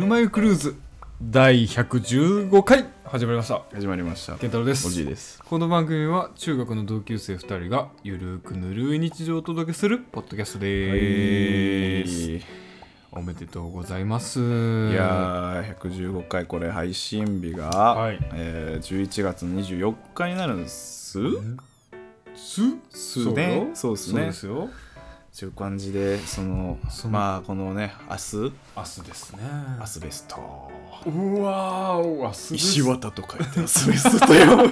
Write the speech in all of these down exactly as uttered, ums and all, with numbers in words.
まゆクルーズだいひゃくじゅうごかい始まりました。 始まりました。 健太郎です。 おじいです。 この番組は中学の同級生ふたりがゆるくぬるい日常をお届けするポッドキャストです、はい、おめでとうございます。 いやーひゃくじゅうごかい、これ配信日が、はいえー、じゅういちがつのにじゅうよっかになるんですすすね。そうですね。 そうですよ。 という感じで、そのまあこのね明日明日ですね。 アスベスト。 うわー、アスベスト。 石綿と書いてアスベストとよ。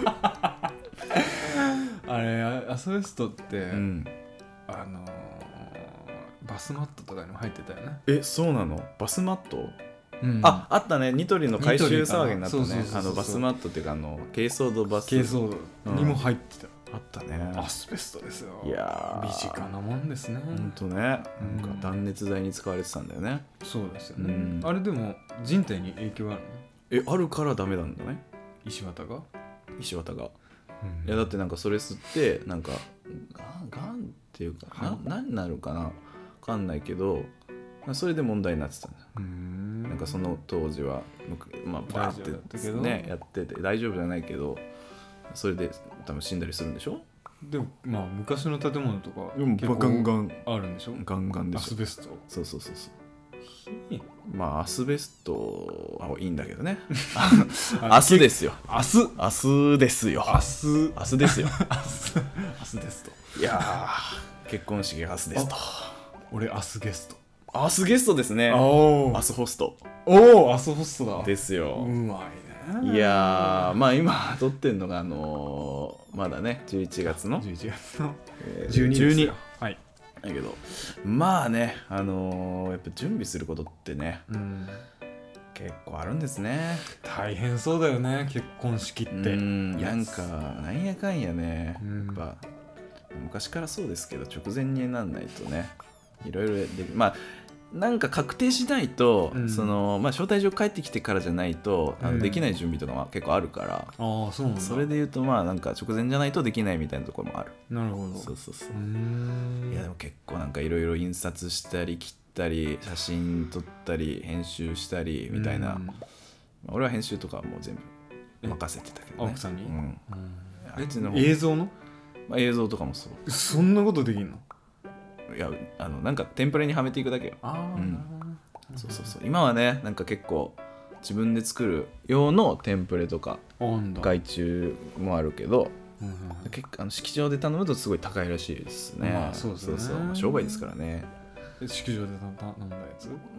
あれアスベストって、うん、あのー、バスマットとかにも入ってたよね。 え、そうなの？バスマット？ うん、 あ、あったね。ニトリの回収騒ぎになったね。あのバスマットっていうかあの珪藻土バス珪藻土にも入ってた。 うんあったね。 アスベストですよ。 いや身近なもんですね。 ほんとね。なんか断熱材に使われてたんだよね。 そうですよね、うん、あれでも人体に影響あるの？ え、あるからダメなんだね。 石綿が石綿が、うん、いやだってなんかそれ吸ってなんかがんっていうかな、何になるかな分かんないけどそれで問題になってたんだ。うーんなんかその当時はまあバーってねやってて大丈夫じゃないけどそれで多分死んだりするんでしょ。 でもまあ昔の建物とか結構ガンガンあるんでしょ。 ガンガンでしょ。 アスベスト。 そうそうそうそう。まあアスベストはいいんだけどね。明日ですよ。 明日明日ですよ。 明日明日ですよ。 明日ですと。 いやー結婚式が明日ですと。 俺明日ゲスト。 明日ゲストですね。 お明日ホスト。 おお、明日ホストだ。 ですよ。 うまいね。 いやーまあ今撮ってんのがあのー、まだねじゅういちがつのじゅういちがつのじゅうにですよ。 はい。 だけどまあねあのー、やっぱ準備することってね、うん、結構あるんですね。 大変そうだよね結婚式って。うんなんかなんやかんやね、うん、やっぱ昔からそうですけど直前になんないとねいろいろでまあなんか確定しないと、うんそのまあ、招待状帰ってきてからじゃないとあの、うん、できない準備とかは結構あるから、 あそうなんだ。 それで言うとまあなんか直前じゃないとできないみたいなところもある。 なるほど。 そうそうそう。うーんいやでも結構なんかいろいろ印刷したり切ったり写真撮ったり編集したりみたいな、まあ、俺は編集とかはもう全部任せてたけどね。 奥さんに、うん、うんあいつの方映像の、 まあ、映像とかもそう。 そんなことできんの？ いやあのなんかテンプレにはめていくだけよ。あ、うん、そうそうそう。今はねなんか結構自分で作る用のテンプレとか外注もあるけど、うんうん、結構あの式場で頼むとすごい高いらしいですね。 まあ、そうですね。 そうそう、まあ、商売ですからね。 式場で頼んだやつ？ うん、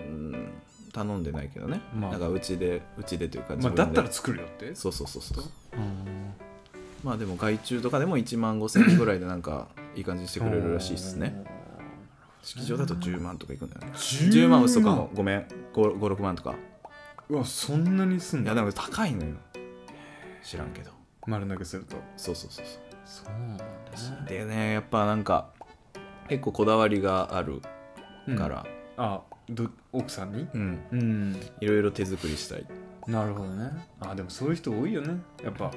頼んでないけどね。まあ、なんかうちでうちでというか自分で、まあ、だったら作るよって。 そうそうそうそう。うん、まあでも外注とかでもいちまんごせんえんぐらいでなんかいい感じにしてくれるらしいですね。式場だとじゅうまんとかいくんだよね。じゅうまん嘘かも。ごめん。ご、ろくまんとか。 うわ、そんなにすんの？ いや、でも高いのよ。知らんけど。 丸投げすると。 そうそうそうそう。 そうなんだね。 でね、やっぱなんか、結構こだわりがあるから。 うん、あ、ど奥さんに？ うん。うん。いろいろ手作りしたい。 なるほどね。あ、でもそういう人多いよね。やっぱ、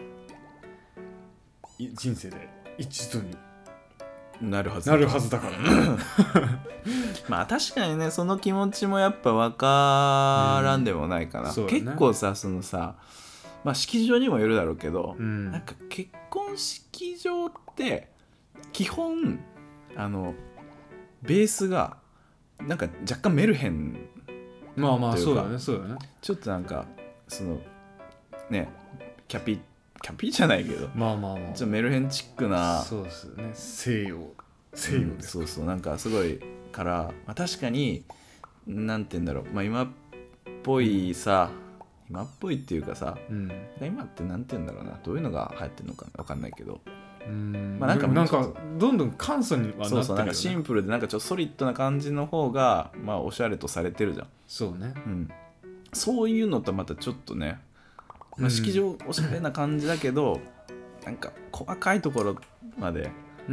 人生で一度に。 なるはずなるはずだからね。 まあ確かにねその気持ちもやっぱ分からんでもないかな、うんね、結構さそのさまあ式場にもよるだろうけど、うん、なんか結婚式場って基本あのベースがなんか若干メルヘンまあまあそうだねそうだねちょっとなんかそのねキャピキャピじゃないけどまあまあまあちょっとメルヘンチックなそうですね西洋西洋です、 うん、そうそうなんかすごいから、まあ、確かになんて言うんだろう、まあ、今っぽいさ、うん、今っぽいっていうかさ、うん、今ってなんて言うんだろうなどういうのが流行ってるのか分かんないけどうんまあなんかなんかどんどん簡素にはなってるよね。 そうそうなんかシンプルでなんかちょっとソリッドな感じの方がまあおしゃれとされてるじゃん。 そうね、 うん、そういうのとまたちょっとねまあ、式場おしゃれな感じだけど、うん、なんか細かいところまで、うん、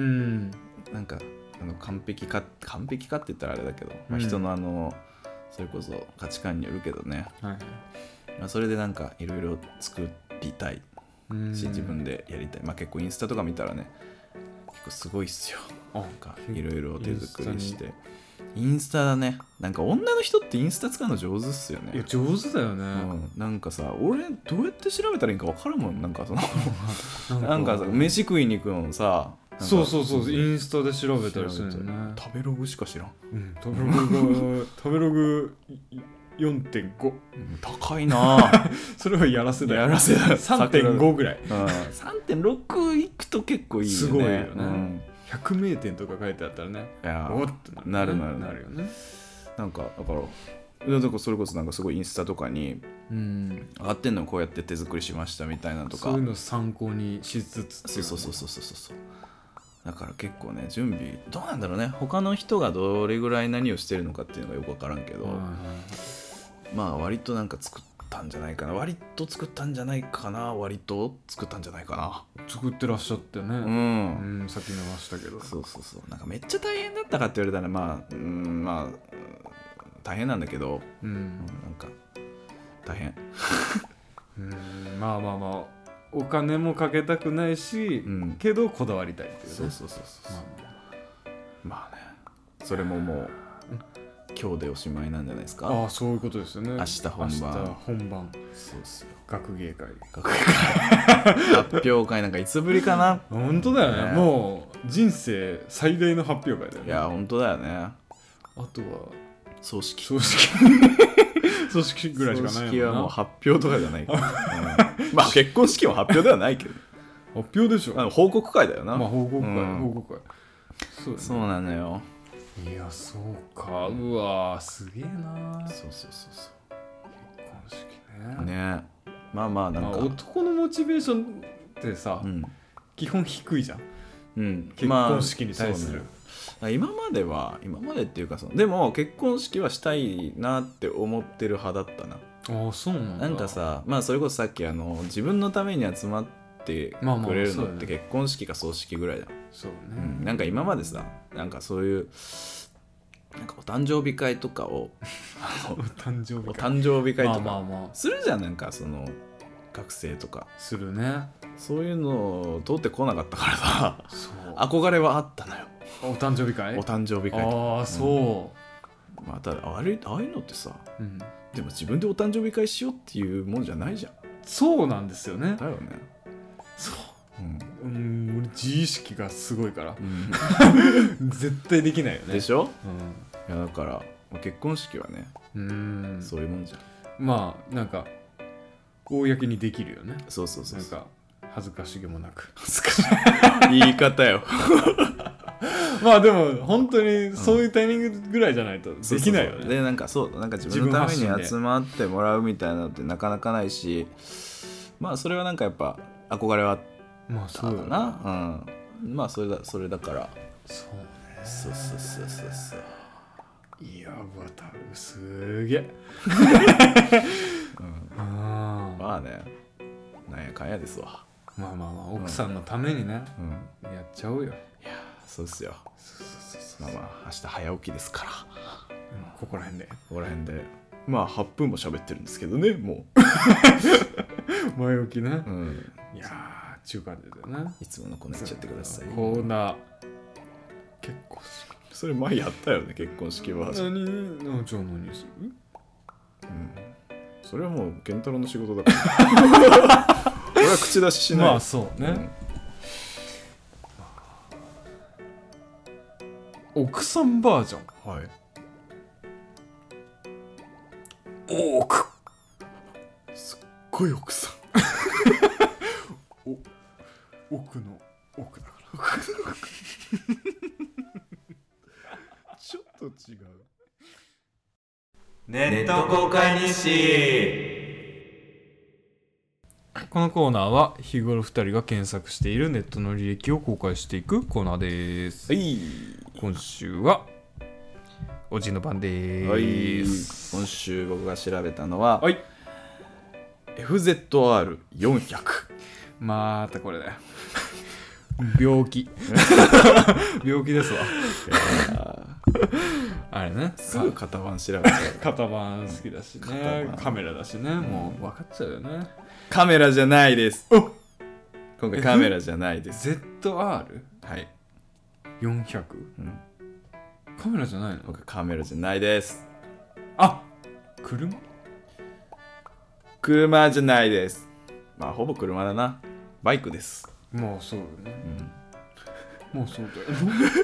なんかあの完璧か完璧かって言ったらあれだけど、まあ、人のあのそれこそ価値観によるけどね、はいまあ、それでなんかいろいろ作りたいし、うん、自分でやりたい、まあ、結構インスタとか見たらね結構すごいっすよ。なんかいろいろ手作りしてインスタだね。なんか女の人ってインスタ使うの上手っすよね。 いや上手だよね、 うん、なんかさ俺どうやって調べたらいいんか分からんもん。なんかそのなんかなんかさ飯食いに行くのもさそうそうそうインスタで調べたりするよね。 食べログしか知らん、 うん、食べログが食べログ よんてんご、うん、 高いなそれはやらせだよ。 やらせだよさんてんご ぐらい、 うん、さんてんろく いくと結構いいよね。 すごいよね、 うん、 ひゃく名店とか書いてあったらね、 いやおっとなるなるなるよね。 なんかだからだからそれこそなんかすごいインスタとかに、うん、上がってんのこうやって手作りしましたみたいなとか、 そういうのを参考にしつつ、 そうそうそうそうそうそうだから結構ね準備どうなんだろうね。他の人がどれぐらい何をしてるのかっていうのがよく分からんけど、うん、まあ割となんか作ったんじゃないかな割と作ったんじゃないかな割と作ったんじゃないかな作ってらっしゃってね、うん、うん、さっき見ましたけど、 そうそうそうなんかめっちゃ大変だったかって言われたらまあ、うん、まあ大変なんだけど、うん、なんか大変うんまあまあまあお金もかけたくないし、うん、けどこだわりたいっていうね。 そうそうそうそう、まあ、まあねそれももう今日でおしまいなんじゃないですか。 ああそういうことですよね。 明日本番。明日本番。 そうっすよ。 学芸会。 学芸会発表会なんかいつぶりかな。 本当だよね、ねもう人生最大の発表会だよね。 いや本当だよね。あとは葬式葬式葬式ぐらいしかないもんな。 葬式はもう発表とかじゃないから、うん、まあ結婚式も発表ではないけど発表でしょ。 あの報告会だよな。 まあ報告会、うん、報告会そう、ね、そうなのよ。 いやそうかうわすげえな。 そうそうそうそう結婚式ね。 ねまあまあなんか、まあ、 男のモチベーションってさ、うん、基本低いじゃん、うん、結婚式に対する、 まあ、今までは今までっていうかそのでも結婚式はしたいなって思ってる派だったな。 ああそうなんだ。 なんかさまあそれこそさっきあの自分のために集まってくれるのって結婚式か葬式ぐらいだ。 そうね、 うん、なんか今までさなんかそういうなんかお誕生日会とかをお誕生日会お誕生日会とかまあまあまあするじゃん。なんかその学生とかするね。 そういうのを通ってこなかったからさそう憧れはあったのよ。 お誕生日会お誕生日会とかああそう、 うん、まあただあれああいうのってさ、うん、でも自分でお誕生日会しようっていうもんじゃないじゃん。 そうなんですよね。 だよね。 そううん、うん俺自意識がすごいから、うん、絶対できないよね。 でしょ、うん、いやだから結婚式はねうんそういうもんじゃん。まあなんか公にできるよね。 そうそうそうなんか恥ずかしげもなく恥ずかしい言い方よまあでも本当にそういうタイミングぐらいじゃないとできないよね、うん、そうそうそうでなんかそうなんか自分のために集まってもらうみたいなのってなかなかないしまあそれはなんかやっぱ憧れはあったかな、まあ、うん、まあそれだそれだからそうねそうそうそうそうそういやバタルすげえ、 うん、あまあねなんやかんやですわ。 まあまあまあ奥さんのためにね、うん、やっちゃおうよ。いやそうっすよ。そうそうそうまあまあ明日早起きですから、 うん、ここら辺でここら辺でまあはっぷんも喋ってるんですけどねもう前置きね、 うん、 いやー中間でだよね。 いつものコーナーいっちゃってください。 コーナー結婚式それ前やったよね結婚式は。 何何じゃあ何する？うんそれはもう健太郎の仕事だから俺は口出ししない。 まあそうね、うん、奥さんバージョン。 はい多くすっごい奥さんお奥の奥だからちょっと違う。 ネット公開日誌。 このコーナーは日頃ふたりが検索しているネットの履歴を公開していくコーナーです。 はい。 今週はおじの番です。はい。 今週僕が調べたのは、 はい、 エフゼットアールよんひゃく。 またこれだよ。病気。病気ですわ。あれね、 すぐ型番調べた型番好きだしね、カメラだしね、もう分かっちゃうよね。 カメラじゃないです。今回カメラじゃないです。 ゼットアールはいよんひゃく、 うん、 カメラじゃないの？ 僕カメラじゃないです。 あ、車？ 車じゃないです。まあほぼ車だな。バイクです。 もうそうだね、うん、もうそうだよ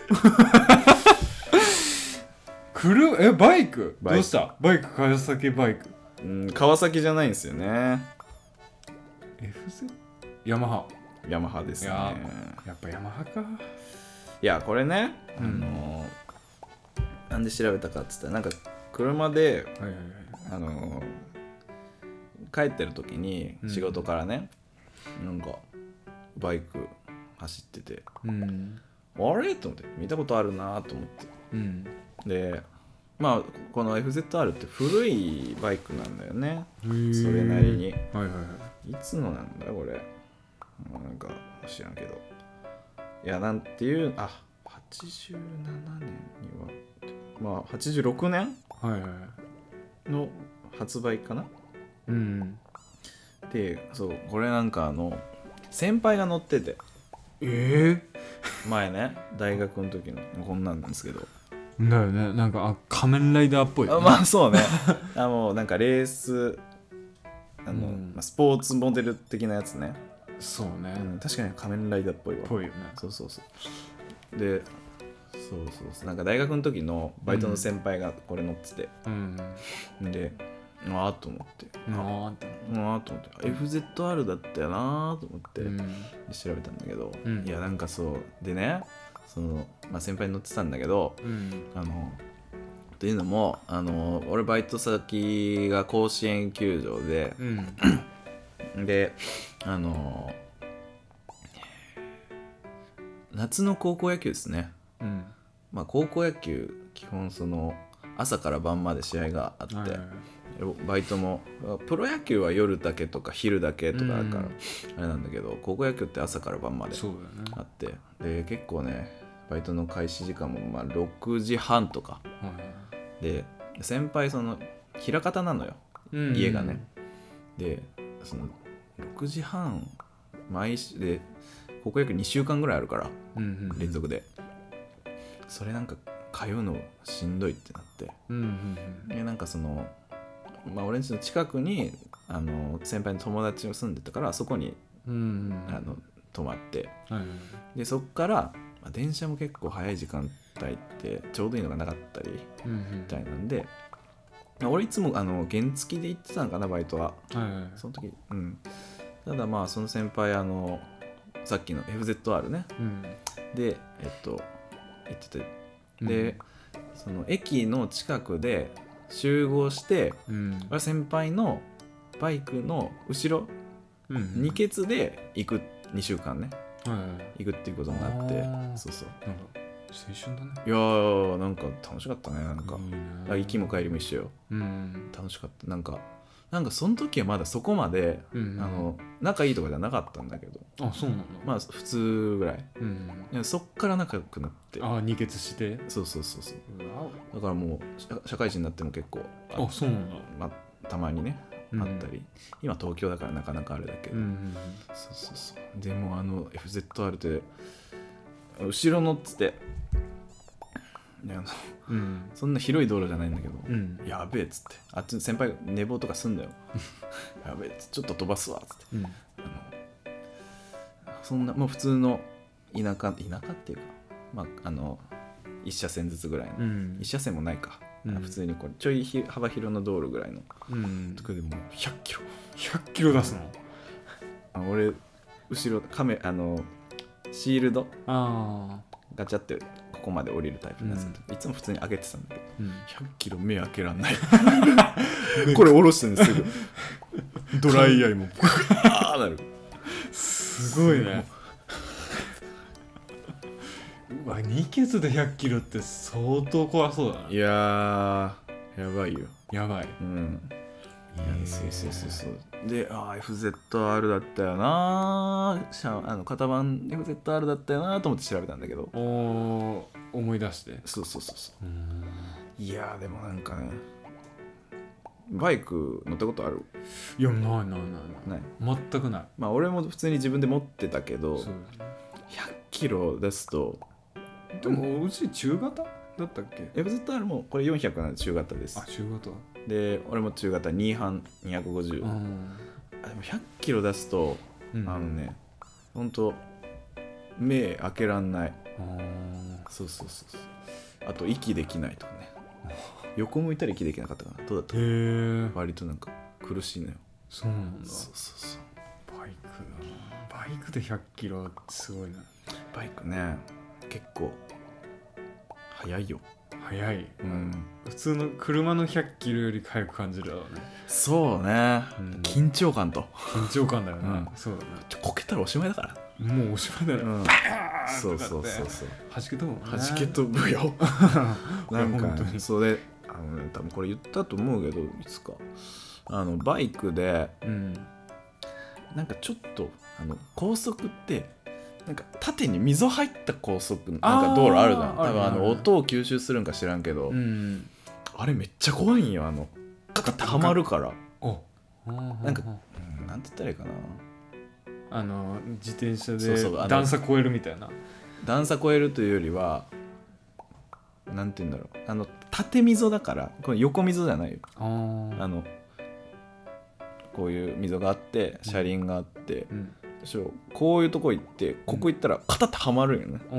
車、え、バイクどうした？バイク、川崎バイク。 うん、川崎じゃないんですよね。 エフゼット？ ヤマハ。 ヤマハですね。 や, やっぱヤマハか。 いやこれね、 うん、 あのー、なんで調べたかっつったらなんか車で、はいはいはい、あのー、帰ってる時に仕事からね、うん、なんかバイク走ってて、うん、あれと思って見たことあるなと思って、うん、でまあこの エフゼットアール って古いバイクなんだよね。それなりに、はいはいはい、いつのなんだこれ、なんか知らんけど、いやなんていう、あはちじゅうななねんにはまあはちじゅうろくねんの発売かな、うん、でそうこれなんかあの先輩が乗ってて、 えー、前ね大学の時のこんなんなんですけどだよね、なんかあ仮面ライダーっぽい、ね、 あまあそうねあもうなんかレースあの、うんまあ、スポーツモデル的なやつね。 そうね、 うん、確かに仮面ライダーっぽいわ。 ぽいよね。 そうそうそうでそうそうそうなんか大学の時のバイトの先輩がこれ乗ってて、うん、でああと思ってああと思って エフゼットアール だったよなと思って、うん、調べたんだけど、うん、いやなんかそうでねその、まあ、先輩に乗ってたんだけど、うん、あのというのもあの俺バイト先が甲子園球場で、うん、であの夏の高校野球ですね、うんまあ、高校野球基本その朝から晩まで試合があって、はいはいはい、バイトもプロ野球は夜だけとか昼だけとかだからあれなんだけど、うん、高校野球って朝から晩まであって、ね、で結構ねバイトの開始時間もまあろくじはんとか、はい、で先輩その枚方なのよ、うん、家がねでそのろくじはん毎週で高校野球にしゅうかんぐらいあるから、うんうんうん、連続でそれなんか通うのしんどいってなって、うんうんうん、でなんかそのまあ俺ん家の近くにあの先輩の友達が住んでたからそこに、うんうん、あの泊まって、はいはいはい、でそっから、まあ、電車も結構早い時間帯ってちょうどいいのがなかったり、うんうん、みたいなんで俺いつもあの原付で行ってたのかなバイトは、はいはいはい、その時、うん、ただまあその先輩あのさっきの エフゼットアール ね、うん、でえっと行っててで、うん、その駅の近くで集合して、うん、先輩のバイクの後ろ、うんうん、二欠で行くにしゅうかんね、はいはい、行くっていうことになってそうそうなんか青春だね。 いやーなんか楽しかったねなんか、うん、行きも帰りも一緒よ、うん、楽しかったなんかなんかその時はまだそこまで、うんうん、あの仲いいとかじゃなかったんだけどあそうなんだまあ普通ぐらい、うんうん、そっから仲良くなってあ二欠してそうそうそうそうだからもう社会人になっても結構あそうなんだ、 まあ、たまにね、うん、あったり今東京だからなかなかあれだけど、うんうん、そうそうそうでもあの エフゼットアール って後ろ乗ってていやうん、そんな広い道路じゃないんだけど、うん、やべえっつってあっちの先輩寝坊とかすんだよやべえっつってちょっと飛ばすわっつって、うん、あのそんなもう普通の田舎田舎っていうかまああの一車線ずつぐらいの、うん、一車線もないか、うん、普通にこれちょい幅広の道路ぐらいの、うん、とかでもうひゃっキロひゃっキロ出すの、 あ俺後ろカメあのシールドあガチャってここまで降りるタイプのやつ、うん、いつも普通に上げてたんだけど、うん、ひゃっキロ目開けらんないこれ下ろしてるんですぐドライヤーもあーなるすごいねうわに欠でひゃっキロって相当怖そうだな。 いやーやばいよやばいうんいやそうそうそうそうであ エフゼットアール だったよなあの型番 エフゼットアール だったよなと思って調べたんだけどお思い出してそうそうそうそううんいやでもなんかねバイク乗ったことある？ いやないないないないない全くない。 まあ俺も普通に自分で持ってたけどそうひゃっキロ出すとでもうち中型だったっけ？ エフゼットアール もこれよんひゃくなんで中型です。 あ、中型。 で俺も中型に班にひゃくごじゅう、うん、あでもひゃっキロ出すと、うん、あのねほんと目開けらんない。あそうそうそうそう。あと息できないとかね。横向いたら息できなかったかな。どうだった？へえ。割となんか苦しいのよ。 そうなんだ。 そうそうそう。 バイクだな。バイクでひゃっキロすごいな。 バイクね結構速いよ。 速い。うん。普通の車のひゃっキロより速く感じるだろうね。 そうね。うん、緊張感と。 緊張感だよね。うん、そうだね。 ちょこけたらおしまいだから。 もうおしまいだよ。うん、 そうそうそうそう。 はじけ飛ぶもんね。 はじけ飛ぶよ。なんか、ね、それあの、ね、多分これ言ったと思うけどいつかあのバイクで、うん、なんかちょっとあの高速ってなんか縦に溝入った高速なんか道路あるじゃん。多分あの音を吸収するんか知らんけど、うん、あれめっちゃ怖いんよ。あのカタッてはまるから。なんか、うん、なんて言ったらいいかな。 あの自転車で段差超えるみたいな。 段差超えるというよりはなんて言うんだろう、あの縦溝だからこれ横溝じゃないよ。あのこういう溝があって車輪があって、うん、こういうとこ行ってここ行ったらカタッてはまるんよね。うん、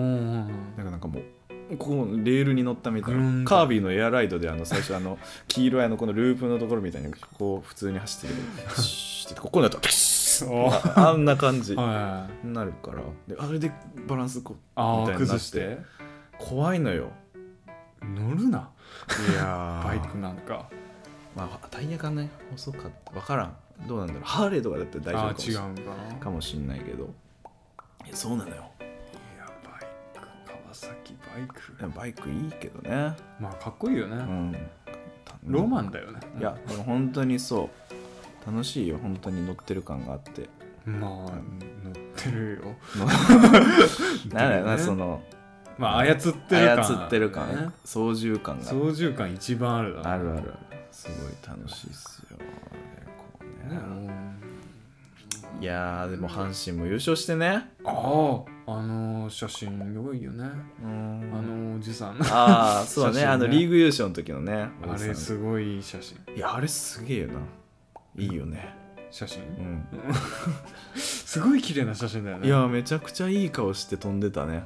だからなんかもうここレールに乗ったみたいな。カービィのエアライドであの最初あの黄色いあのこのループのところみたいにこう普通に走ってるけどシーってここになったらあんな感じになるからであれでバランスこうみたいになって怖いのよ。 乗るな。 いやバイクなんかまあタイヤがね細かった分からんどうなんだろう。ハーレーとかだったら大丈夫かもしれないかもしんないけどいやそうなのよ。いやバイク川崎バイクバイクいいけどね。 まあかっこいいよね、うん、ロマンだよね。 いやでも本当にそう楽しいよ。本当に乗ってる感があって。 まあ乗ってるよ。 なんだよなそのまあ操ってる感、 操ってる感、ね、操縦感が操縦感一番あるだろう。 あるあるある。すごい楽しいっすよ。こうね、うん、いやーでも阪神も優勝してね。 あああのー、写真良いよね。うんあのおじさんああそうねねあのリーグ優勝の時のねあれすごいいい写真。 いやあれすげえよないいよね写真、うん、すごい綺麗な写真だよね。 いやめちゃくちゃいい顔して飛んでたね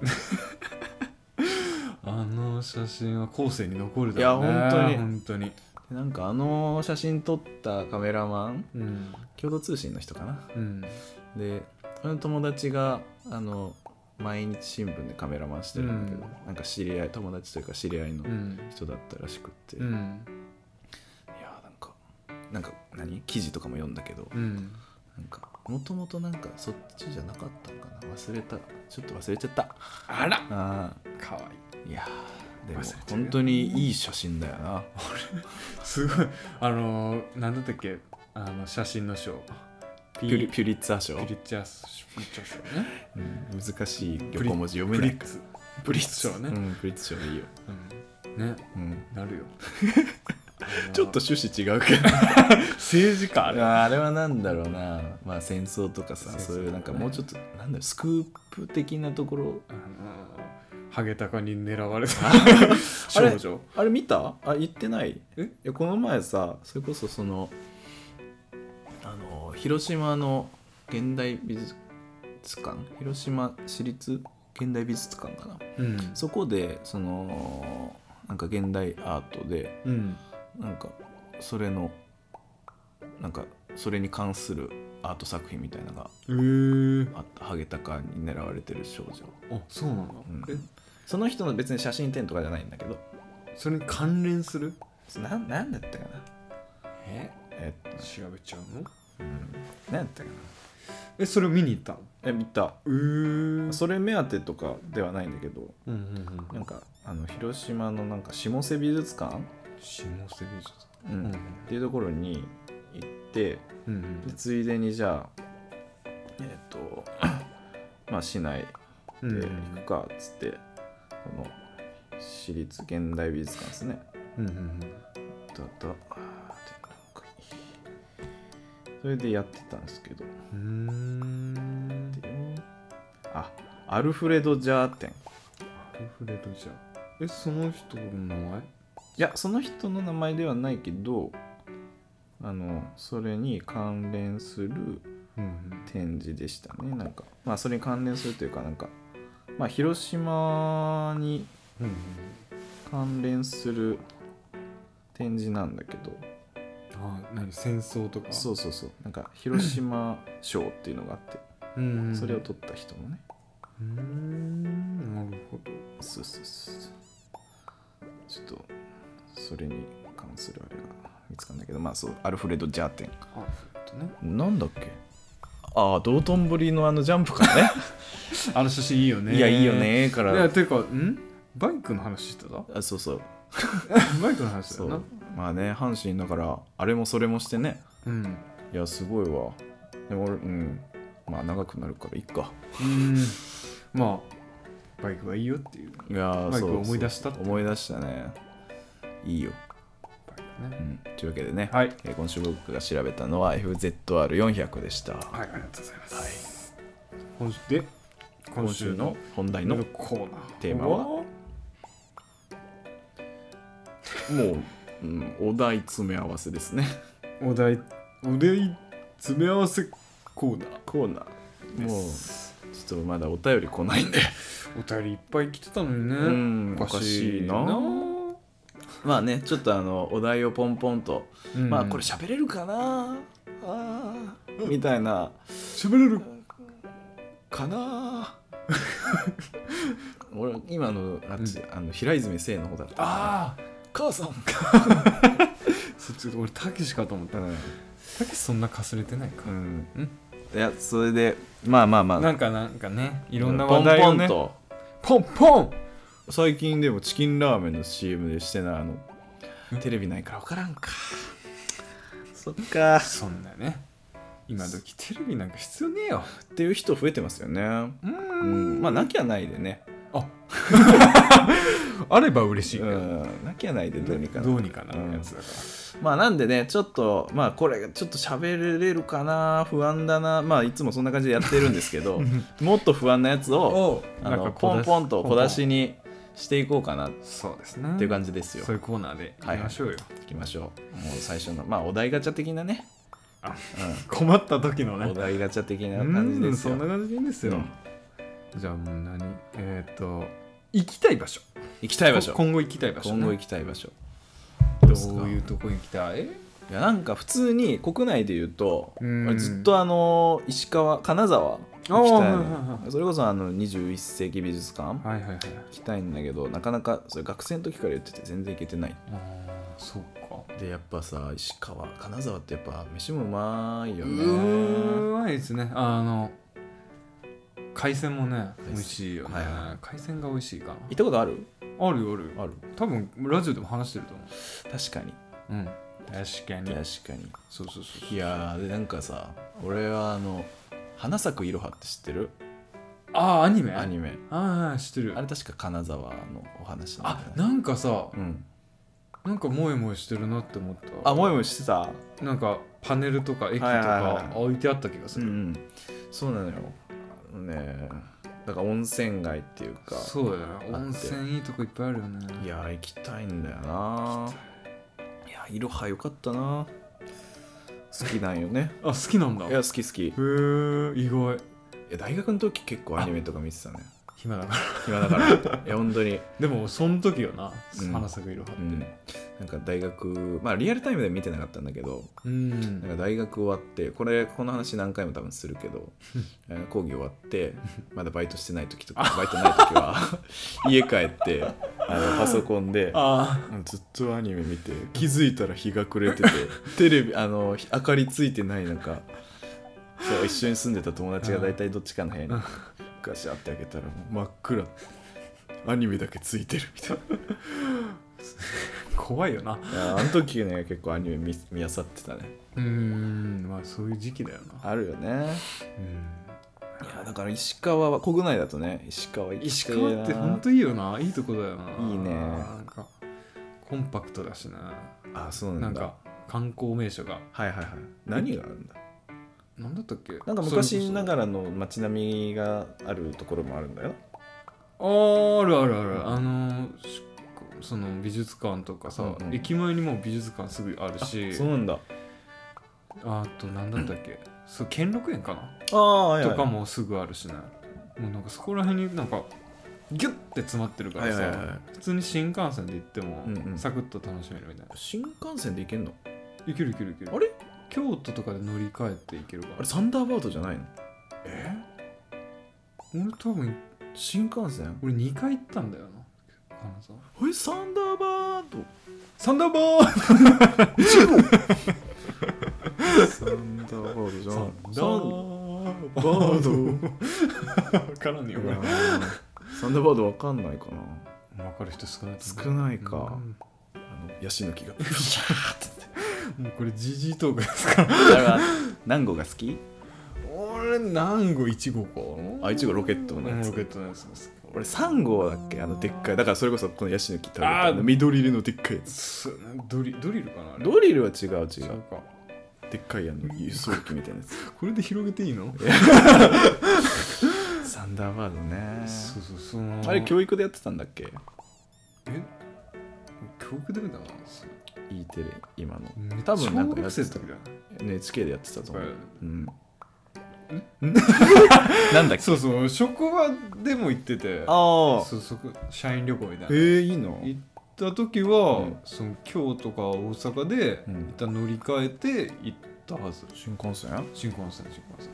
あの写真は後世に残るだろうね。いや本当に本当になんかあの写真撮ったカメラマン、うん、共同通信の人かな、うん、でその友達があの毎日新聞でカメラマンしてるんだけど、うん、なんか知り合い友達というか知り合いの人だったらしくって、うん、いやなんかなんか何記事とかも読んだけど、うん、なんかもともとなんかそっちじゃなかったのかな忘れたちょっと忘れちゃった。 あらあかわいい。いやでも本当にいい写真だよなすごいあのー、なんだったっけあの写真の賞ピュリ、ピュリッツァー賞ピュリッツァー賞ね、 うん、難しい横文字読めないからプリッツ賞ね、 うん、プリッツ賞でいいよ、 うん、ね、うん、なるよちょっと趣旨違うけど政治家あれあれはなんだろうなまあ戦争とかさ、ね、そういうなんかもうちょっとなんだろうスクープ的なところ、あのハゲタカに狙われた少女あれ、あれ見た？あ言ってない？え？いやこの前さそれこそそのあの広島の現代美術館広島市立現代美術館かな、うん、そこでそのなんか現代アートで、うん、なんかそれのなんかそれに関するアート作品みたいなのがあった。ハゲタカに狙われてる少女。 あそうなんだ、うん、 えその人の別に写真展とかじゃないんだけどそれに関連するななんだったかなええっと調べちゃうの、 うん、何だったかなえそれを見に行ったの？ え見た。 うーそれ目当てとかではないんだけど、うんうんうん、なんかあの広島のなんか下瀬美術館下瀬美術館、うんうん、っていうところに行って、うんうん、でついでにじゃあえっ、ー、とまあ市内で行くかっつって、うんうん、この市立現代美術館ですね、うんうんうん、だだそれでやってたんですけどうーんあアルフレド・ジャー展アルフレド・ジャーえその人の名前？ いやその人の名前ではないけど、あのそれに関連する展示でしたね。なんかまあそれに関連するというかなんかまあ広島に関連する展示なんだけど、 ああ何戦争とか？ そうそうそう、なんか広島賞っていうのがあって、 うん、 それを取った人のね。 うーんなるほど。 そうそうそう、ちょっとそれに関するあれが見つかんないけど、まあそうアルフレッド・ジャーテン。 あえっとねなんだっけ、ああ道頓堀のあのジャンプからねあの写真いいよね。 いやいいよねから。 いやてかんバイクの話してた？ あそうそうバイクの話だそうよな。 まあね阪神だからあれもそれもしてね。 うんいやすごいわ。でも俺うんまあ長くなるからいっか。 うんまあバイクはいいよっていう。 いやバイクそうを思い出したって思い出したね。いいよ、 バイクね。 うん、というわけでね、 はい、 えー今週僕が調べたのは エフゼットアールよんひゃく でした。 はい、ありがとうございます。今週で今週の本題のコーナーテーマはもう、うん、お題詰め合わせですね。 お題お題詰め合わせコーナーコーナーもうちょっとまだお便り来ないんでお便りいっぱい来てたのにね。 うんおかしいな。まあねちょっとあのお題をポンポンと、うん、まあこれ喋れるかなあみたいな喋れるかな俺今のあっち、うん、あの平泉聖の方だった、ね、 ああ母さんそっち俺たけしかと思ったね。たけしそんなかすれてないか。うん、 うん、いやそれでまあまあまあなんかなんかねいろんな話題をねポンポンとポンポン。 最近でもチキンラーメンの シーエム でしてないあのテレビないから分からんか。そっかそんなね今時テレビなんか必要ねえよっていう人増えてますよね。うん、うん、まあなきゃないでね。 ああれば嬉しいけど、うん、 なきゃないでどうにかなどうにかなるやつだから、 うん、まあなんでねちょっとまあこれちょっと喋れるかな不安だな。まあいつもそんな感じでやってるんですけどもっと不安なやつをあのポンポンと小出しにしていこうかな。 そうですねっていう感じですよ。 そういうコーナーでいきましょうよ、はい、 いきましょう。もう最初のまあお題ガチャ的なね。 あ、うん、困った時のねお題ガチャ的な感じですよ。 そんな感じでいいんですよ、うん、じゃあもう何えっ、ー、と行きたい場所行きたい場所今後行きたい場所、ね、 今後行きたい場所どういうとこ行きたい？ いやなんか普通に国内で言うとずっとあの石川金沢行きたいの、はいはい、それこそあのにじゅういっ世紀美術館、はいはいはい、行きたいんだけどなかなかそれ学生の時から言ってて全然行けてない。 あそうか。 でやっぱさ石川金沢ってやっぱ飯もうまいよね。 うまいですね。あの海鮮もね美味しいよね、はいはい、海鮮が美味しいかな。 行ったことある？ あるよあるある。 多分ラジオでも話してると思う。 確かに。 うん確かに確かに。 そうそうそう。 いやーでなんかさ俺はあの花咲くいろはって知ってる？ ああアニメ？ アニメ。 ああ知ってる。 あれ確か金沢のお話なんだよね。あなんかさ、 うん、 なんかモエモエしてるなって思った。 あモエモエしてた？ なんかパネルとか駅とか置いてあった気がする、 はいはいはい、うん、そうなのよね。だから温泉街っていうかそうだよね。温泉いいとこいっぱいあるよね。 いや行きたいんだよな。いやいろはよかったな。好きなんよね。 あ好きなんだ。 いや好き好き。へえ意外。いや大学の時結構アニメとか見てたね。 暇だから暇だからいや本当に。 でもその時よな、うん、花咲くいろはって、うん、 なんか大学まあリアルタイムで見てなかったんだけど、うん、なんか大学終わってこれこの話何回も多分するけど講義終わってまだバイトしてない時とかバイトない時は家帰ってあのパソコンであずっとアニメ見て気づいたら日が暮れててテレビあの明かりついてない中そう一緒に住んでた友達が大体どっちかの部屋にガシャって開けたらもう真っ暗アニメだけついてるみたいな怖いよな。 いやあの時ね結構アニメ 見, 見漁ってたね。 うーんまあそういう時期だよな。 あるよね。うんいやだから石川は国内だとね石川行き石川ってほんといいよな。いいとこだよな。 いいね。 なんかコンパクトだしな。 あそうなんだ。 なんか観光名所がはいはいはい何があるんだ。 なんだったっけ。 なんか昔ながらの街並みがあるところもあるんだよ。 ああるあるある、うん、あのその美術館とかさ、 うんうん、 駅前にもう美術館すぐあるし、 そうなんだ。 あと何だったっけそう兼六園かなああ、はいはい、 とかもすぐあるしね。もうなんかそこら辺になんかギュッて詰まってるからさ、はいはいはい、普通に新幹線で行ってもサクッと楽しめるみたいな、うんうん、 新幹線で行けんの？ 行ける行ける行ける。あれ京都とかで乗り換えて行けるから。 あれサンダーバードじゃないの？ え俺多分新幹線俺にかい行ったんだよな。 えサンダーバードサンダーバードサンダーバードじゃん。 サンダーバード分からんよサンダーバード分かんないかな。分かる人少ない少ないか、うん、あのヤシの木がピシャーってもうこれジジイトークですから。だから何号が好き？ 俺何号いち号かあ、いち号ロケットのやつ、 うん、ロケットのやつです。 俺さん号だっけ、あのでっかい、だからそれこそこのヤシの木食べたあの緑色のでっかいやつ。 ドリドリルかなあれ。 ドリルは違う違う。 違うか。 でっかいあの輸送機みたいなやつ。 これで広げていいの？ サンダーバードね。 そうそうそう。 あれ教育でやってたんだっけ？ え？教育で見たの ？E テレ今の。 多分なんかやってた。 エヌエイチケー でやってたと思う。うん。 なんだっけ？そうそう、職場でも行ってて、ああ、そうそう、社員旅行みたいな。 えー、いいの？ 行った時は、うん、その京都か大阪で、うん、一旦乗り換えて行ったはず。 新幹線？ 新幹線、新幹線。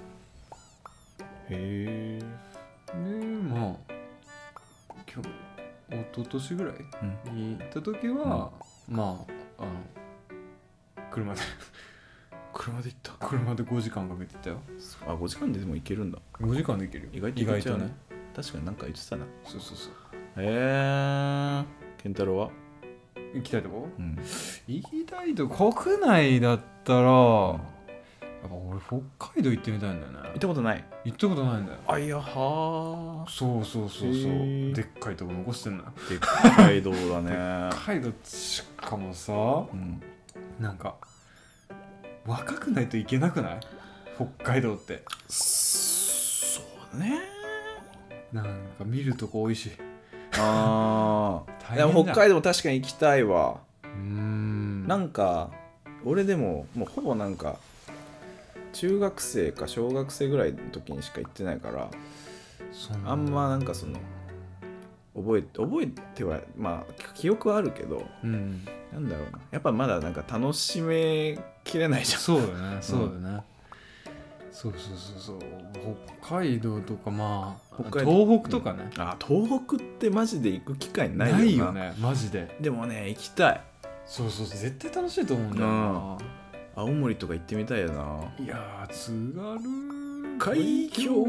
へえ。 で、まあ、今日、一昨年ぐらいに行った時は、うん、まあ、あの、車で。 車で行った。 車でごじかんかけてたよ。 あ、ごじかんででも行けるんだ。 ごじかんで行けるよ。 意外と行けちゃうね。確かになんか言ってたな。 そうそうそう。 へえ。健太郎は行きたいとこ？うん、行きたいとこ国内だったら、うん、やっぱ俺北海道行ってみたいんだよね。 行ったことない？ 行ったことないんだよ。 あ、いやはー。 そうそうそうそう。でっかいとこ残してんのよ。 でっかい道だね。 でっかい道しかもさ、うん、なんか若くないといけなくない？北海道って。 そうね。 なんか見るとこ多いし。 ああ。でも北海道も確かに行きたいわ。うーん。なんか俺でももうほぼなんか中学生か小学生ぐらいの時にしか行ってないから、あんまなんかその覚え覚えてはまあ記憶はあるけど、うん、なんだろうな、やっぱまだなんか楽しめきれないじゃん。 そうだね、そうだね、うん、そうそうそうそう。北海道とかまあ北海道東北とかね、 うん、あ東北ってマジで行く機会ないよな。 ないよねマジで。 でもね行きたい。 そうそうそう、絶対楽しいと思うんだよな、うん、 青森とか行ってみたいよな。 いやー津軽海峡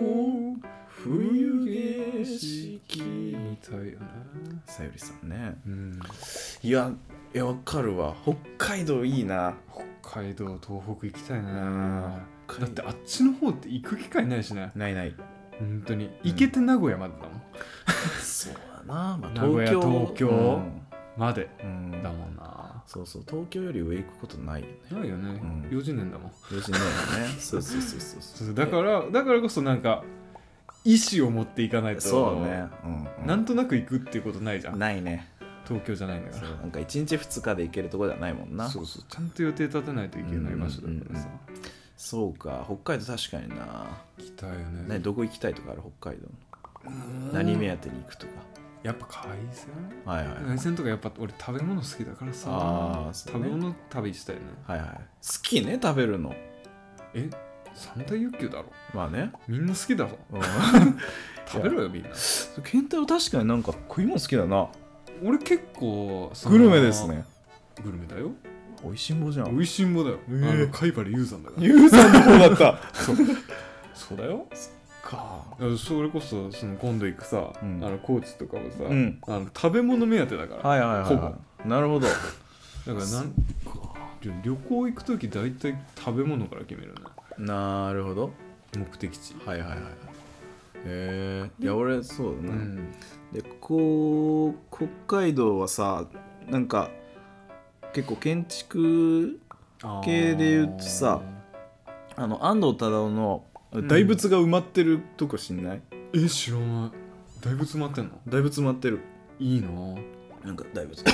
冬景色みたいよね。 さゆりさんね、うん、いやいやわかるわ。北海道いいな。 北海道東北行きたいな。だってあっちの方って行く機会ないしね。 ないない。 本当に行けて名古屋までだもん、うん、 そうだな、まあ、 名古屋東京、うん、まで、うん、だもんな。 そうそう、東京より上行くことないよね。 ないよね、うん、よじねんだもん。 よじねんだね。そうそうそうそうそう。 だからだからこそなんか意思を持っていかないと。 そうね、 うんうん、なんとなく行くっていうことないじゃん。 ないね。 東京じゃないんだから。 そうなんかいちにちふつかで行けるところではないもんな。 そうそう、ちゃんと予定立てないといけない場所だからさ、うんうんうん、 そうか、北海道確かにな。 行きたいよね。 ね、どこ行きたいとかある？北海道の何目当てに行くとか。 やっぱ海鮮、 はいはい、 海鮮とかやっぱ俺食べ物好きだからさ。あ、ね、食べ物旅したいね。 はいはい。好きね、食べるの。 え、三大欲求だろ。 まあね、 みんな好きだぞ。食べろよみんな。 健太郎確かになんか食い物好きだな。 俺結構グルメですね。 グルメだよ。 おいしんぼじゃん。 おいしんぼだよ、えー、あの貝原優さんだから。 優さんの方だったそうそうだよ。そっか。それこそその今度行くさ、うん、あの高知とかもさ、うん、あの食べ物目当てだから。 はいはいはい、ほぼ。なるほど。だからなん旅行行くとき大体食べ物から決めるね。 なるほど。 目的地。 はいはいはい。へえ。いや俺そうだね、うん、でこう北海道はさ、なんか結構建築系で言うとさ、ああの安藤忠雄の大仏が埋まってるとこ知んない？ うん、え、知らない。大仏埋まってんの？ 大仏埋まってる。 いいな。 なんか大仏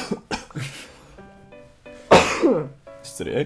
失礼。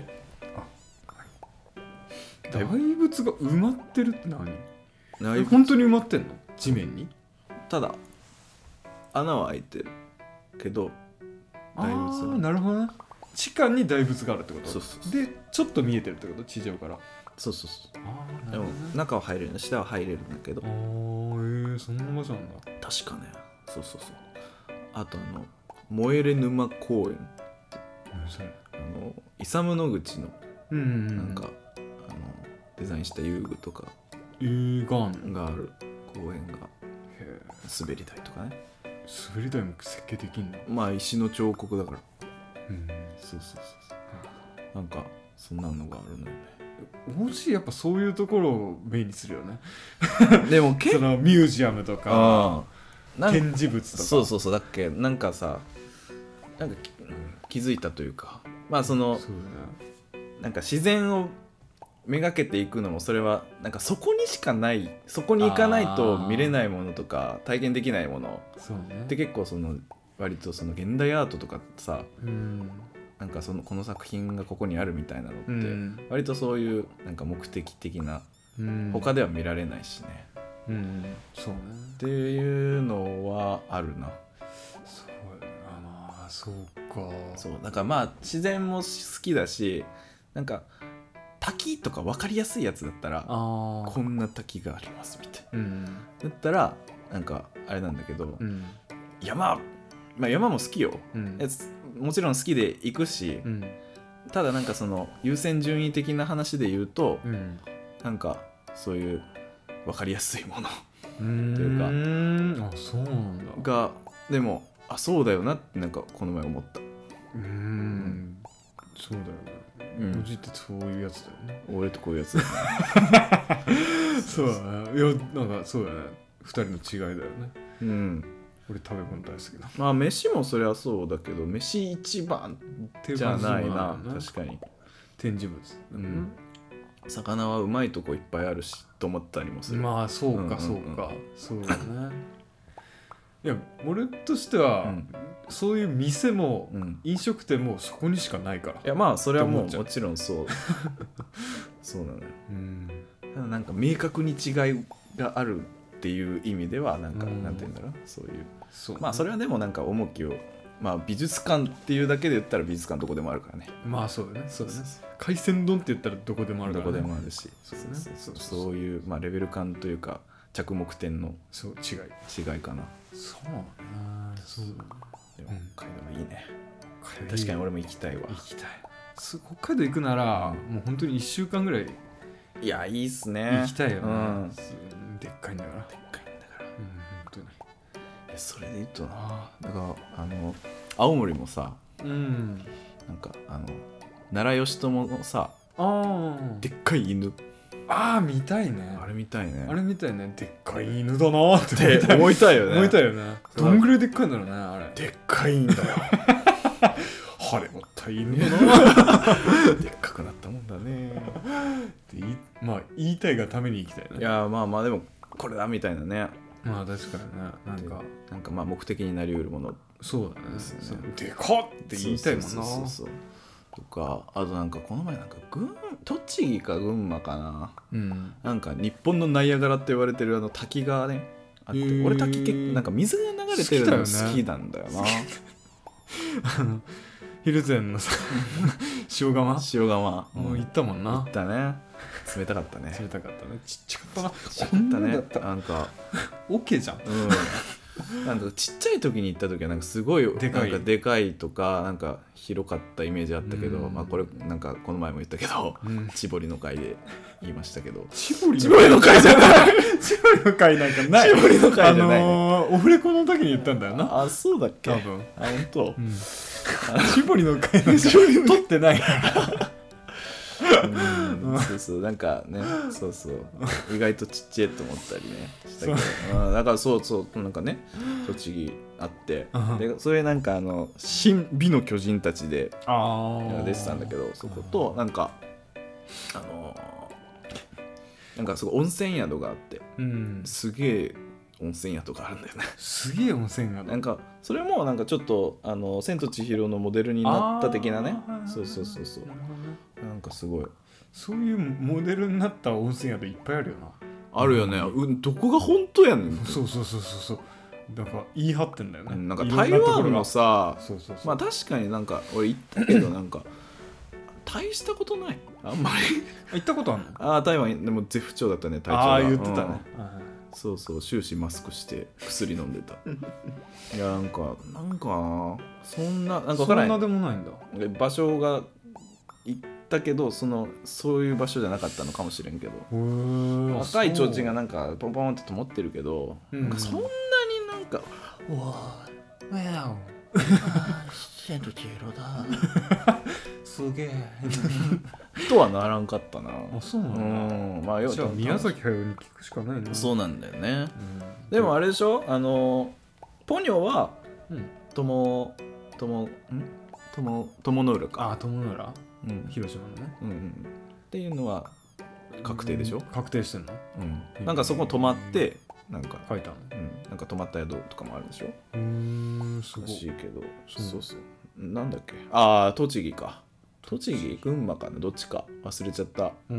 大仏が埋まってるって何？ 大本当に埋まってんの？地面に？ ただ穴は開いてるけど大仏ああ、なるほどね。地下に大仏があるってこと？ そうそうそう。 でちょっと見えてるってこと？地上から。 そうそうそう。 ああ、なでもるほどね。 中は入れるの、下は入れるんだけど。 ああ、えー、そんな場所なんだ。 確かね。そうそうそう。あとあの燃えれ沼公園、 何それ？ あのイサム・ノグチのうんうんうん、 なんか、あのデザインした遊具とかえー、があんの？ がある公園が、 へ滑り台とかね。 ー、滑り台も設計できんの？ まあ石の彫刻だから。 うん、 そうそうそうそう。なんかそんなのがあるのよね。 もしやっぱそういうところを目にするよね。 でも結そのミュージアムとか構展示物とか。 そうそうそう。だっけなんかさ、なんか気づいたというか、まあそのそうだね、 なんか自然をめがけていくのも、それはなんかそこにしかない、そこに行かないと見れないものとか体験できないものそうねって結構その割とその現代アートとかさ、 うん、 なんかそのこの作品がここにあるみたいなのって、 うん、 割とそういうなんか目的的な、 うん、 他では見られないしね、 うん、そうねっていうのはあるな。 そうやな、まあそうか。 そうだからまあ自然も好きだし、なんか滝とか分かりやすいやつだったら、 あこんな滝がありますみたいな、 うん、 だったらなんかあれなんだけど、 うん、 山、まあ山も好きよ、 うん、 もちろん好きで行くし、 うん、 ただなんかその優先順位的な話で言うと、 うん、 なんかそういう分かりやすいものうーん、 というか、 あ、そうなんだ。 がでもあそうだよなってなんかこの前思った。 うーん、そうだよね。 うん、 おじってそういうやつだよね。 俺とこういうやつだねそうだね。いや、なんかそうだね。二人の違いだよね。 うん、 俺食べ物大好きな。 まあ飯もそりゃそうだけど、飯一番じゃないな、確かに。 展示物、 うん、魚はうまいとこいっぱいあるしと思ったりもする。 まあそうかそうか、そうだね。いや俺としては、うん、そういう店も、うん、飲食店もそこにしかないから。いやまあそれはもうもちろんそうそうなのよ、うん、ただなんか明確に違いがあるっていう意味ではなんか、うん、なんて言うんだろう、そういう、そう、ね、まあそれはでもなんか重きを、まあ美術館っていうだけで言ったら美術館どこでもあるからね。 まあそうだね、そうだね。海鮮丼って言ったらどこでもあるから、ね、 どこでもあるし、そうですね、そうそうそういう、まあ、レベル感というか着目点のそう違い違いかな。 そうね、そうだね。 でも北海道いいね。確かに俺も行きたいわ。 行きたい。北海道行くなら、うん、もう本当にいっしゅうかんぐらい、 いやいいっすね、 行きたいよね、うん、でっかいんだから、 でっかいんだから、うん、 本当に。 それで言うとな、だからあの青森もさ、 うん、 なんかあの奈良義朝のさ、 あでっかい犬、 ああ見たいね。 あれ見たいね。 あれ見たいね。でっかい犬だなって思いたいよね。 思いたいよね。どんぐらいでっかいんだろうね、あれ。 でっかいんだよ。 晴れもったい犬だな。 でっかくなったもんだね。 でまあ言いたいがために行きたいね。 いやまあまあでもこれだみたいなね。 まあ確かにね。なんかなんかまあ目的になりうるもの。 そうだね。でかっって言いたいもんな。 そうそうそうとか、あとなんかこの前なんか群栃木か群馬かな、うん、なんか日本のナイアガラって言われてるあの滝がねあって、俺滝結構なんか水が流れてるの好きなんだよな。 あのヒルゼンのさ塩釜塩釜、 うん、もう行ったもんな。 行ったね。冷たかったね。 冷たかったね。ちっちゃかったな。 ちっちゃかったね。なんかオッケーじゃん。 うんなんかちっちゃい時に行った時はなんかすごいでかい、なんかでかいとかなんか広かったイメージあったけど、まあこれなんかこの前も言ったけど、千堀の会で言いましたけど、 千堀の会じゃない千堀の会なんかない。 千堀の会じゃない、 あのー、オフレコの時に言ったんだよな。 あ、そうだっけ。 多分。 あ、本当。 うん、千堀の会なんか撮ってない。 うん、そうそうなんかね、そうそう意外とちっちゃいと思ったりねしたけど、だからそうそうなんかね栃木あって、でそれなんかあの新美の巨人たちで出てたんだけど、そことなんかあのなんかすごい温泉宿があって、うん、すげえ温泉宿があるんだよね。 すげえ温泉宿。 なんかそれもなんかちょっとあの千と千尋のモデルになった的なね。そうそうそうそう。なるほどね。なんかすごい。 そういうモデルになった温泉宿いっぱいあるよな。 あるよね。うん、どこが本当やねん。 そうそうそうそうそう。だから言い張ってんだよね。 なんか台湾もさ、 そうそうそう、 まあ確かになんか俺行ったけどなんか大したことない。あんまり行ったことあるの？ ああ台湾でも絶不調だったね体調が。 ああ言ってたね。うん、 そうそう終始マスクして薬飲んでた。いやなんかなんかそんななんか分からない。 そんなでもないんだ。 場所が行ったけどそのそういう場所じゃなかったのかもしれんけど。若い提灯がなんかポンポンって灯ってるけど、うん、なんかそんなになんかわーわお千と千尋だすげえとはならんかったな。 あそうなんだ。うんまあよじゃあ宮崎駿に聞くしかないな。 そうなんだよね、うん、でもあれでしょあのポニョはともともんともともの浦か。 あ友の浦、うん、広島のね、 うんうん、っていうのは確定でしょ、うん、 確定してんの、 うん、なんかそこ泊まってなんか書いたの、 うん、なんか泊まった宿とかもあるでしょ。 うーんすごいらしいけどそうそうなんだっけああ栃木か栃木群馬かなどっちか忘れちゃった、うん、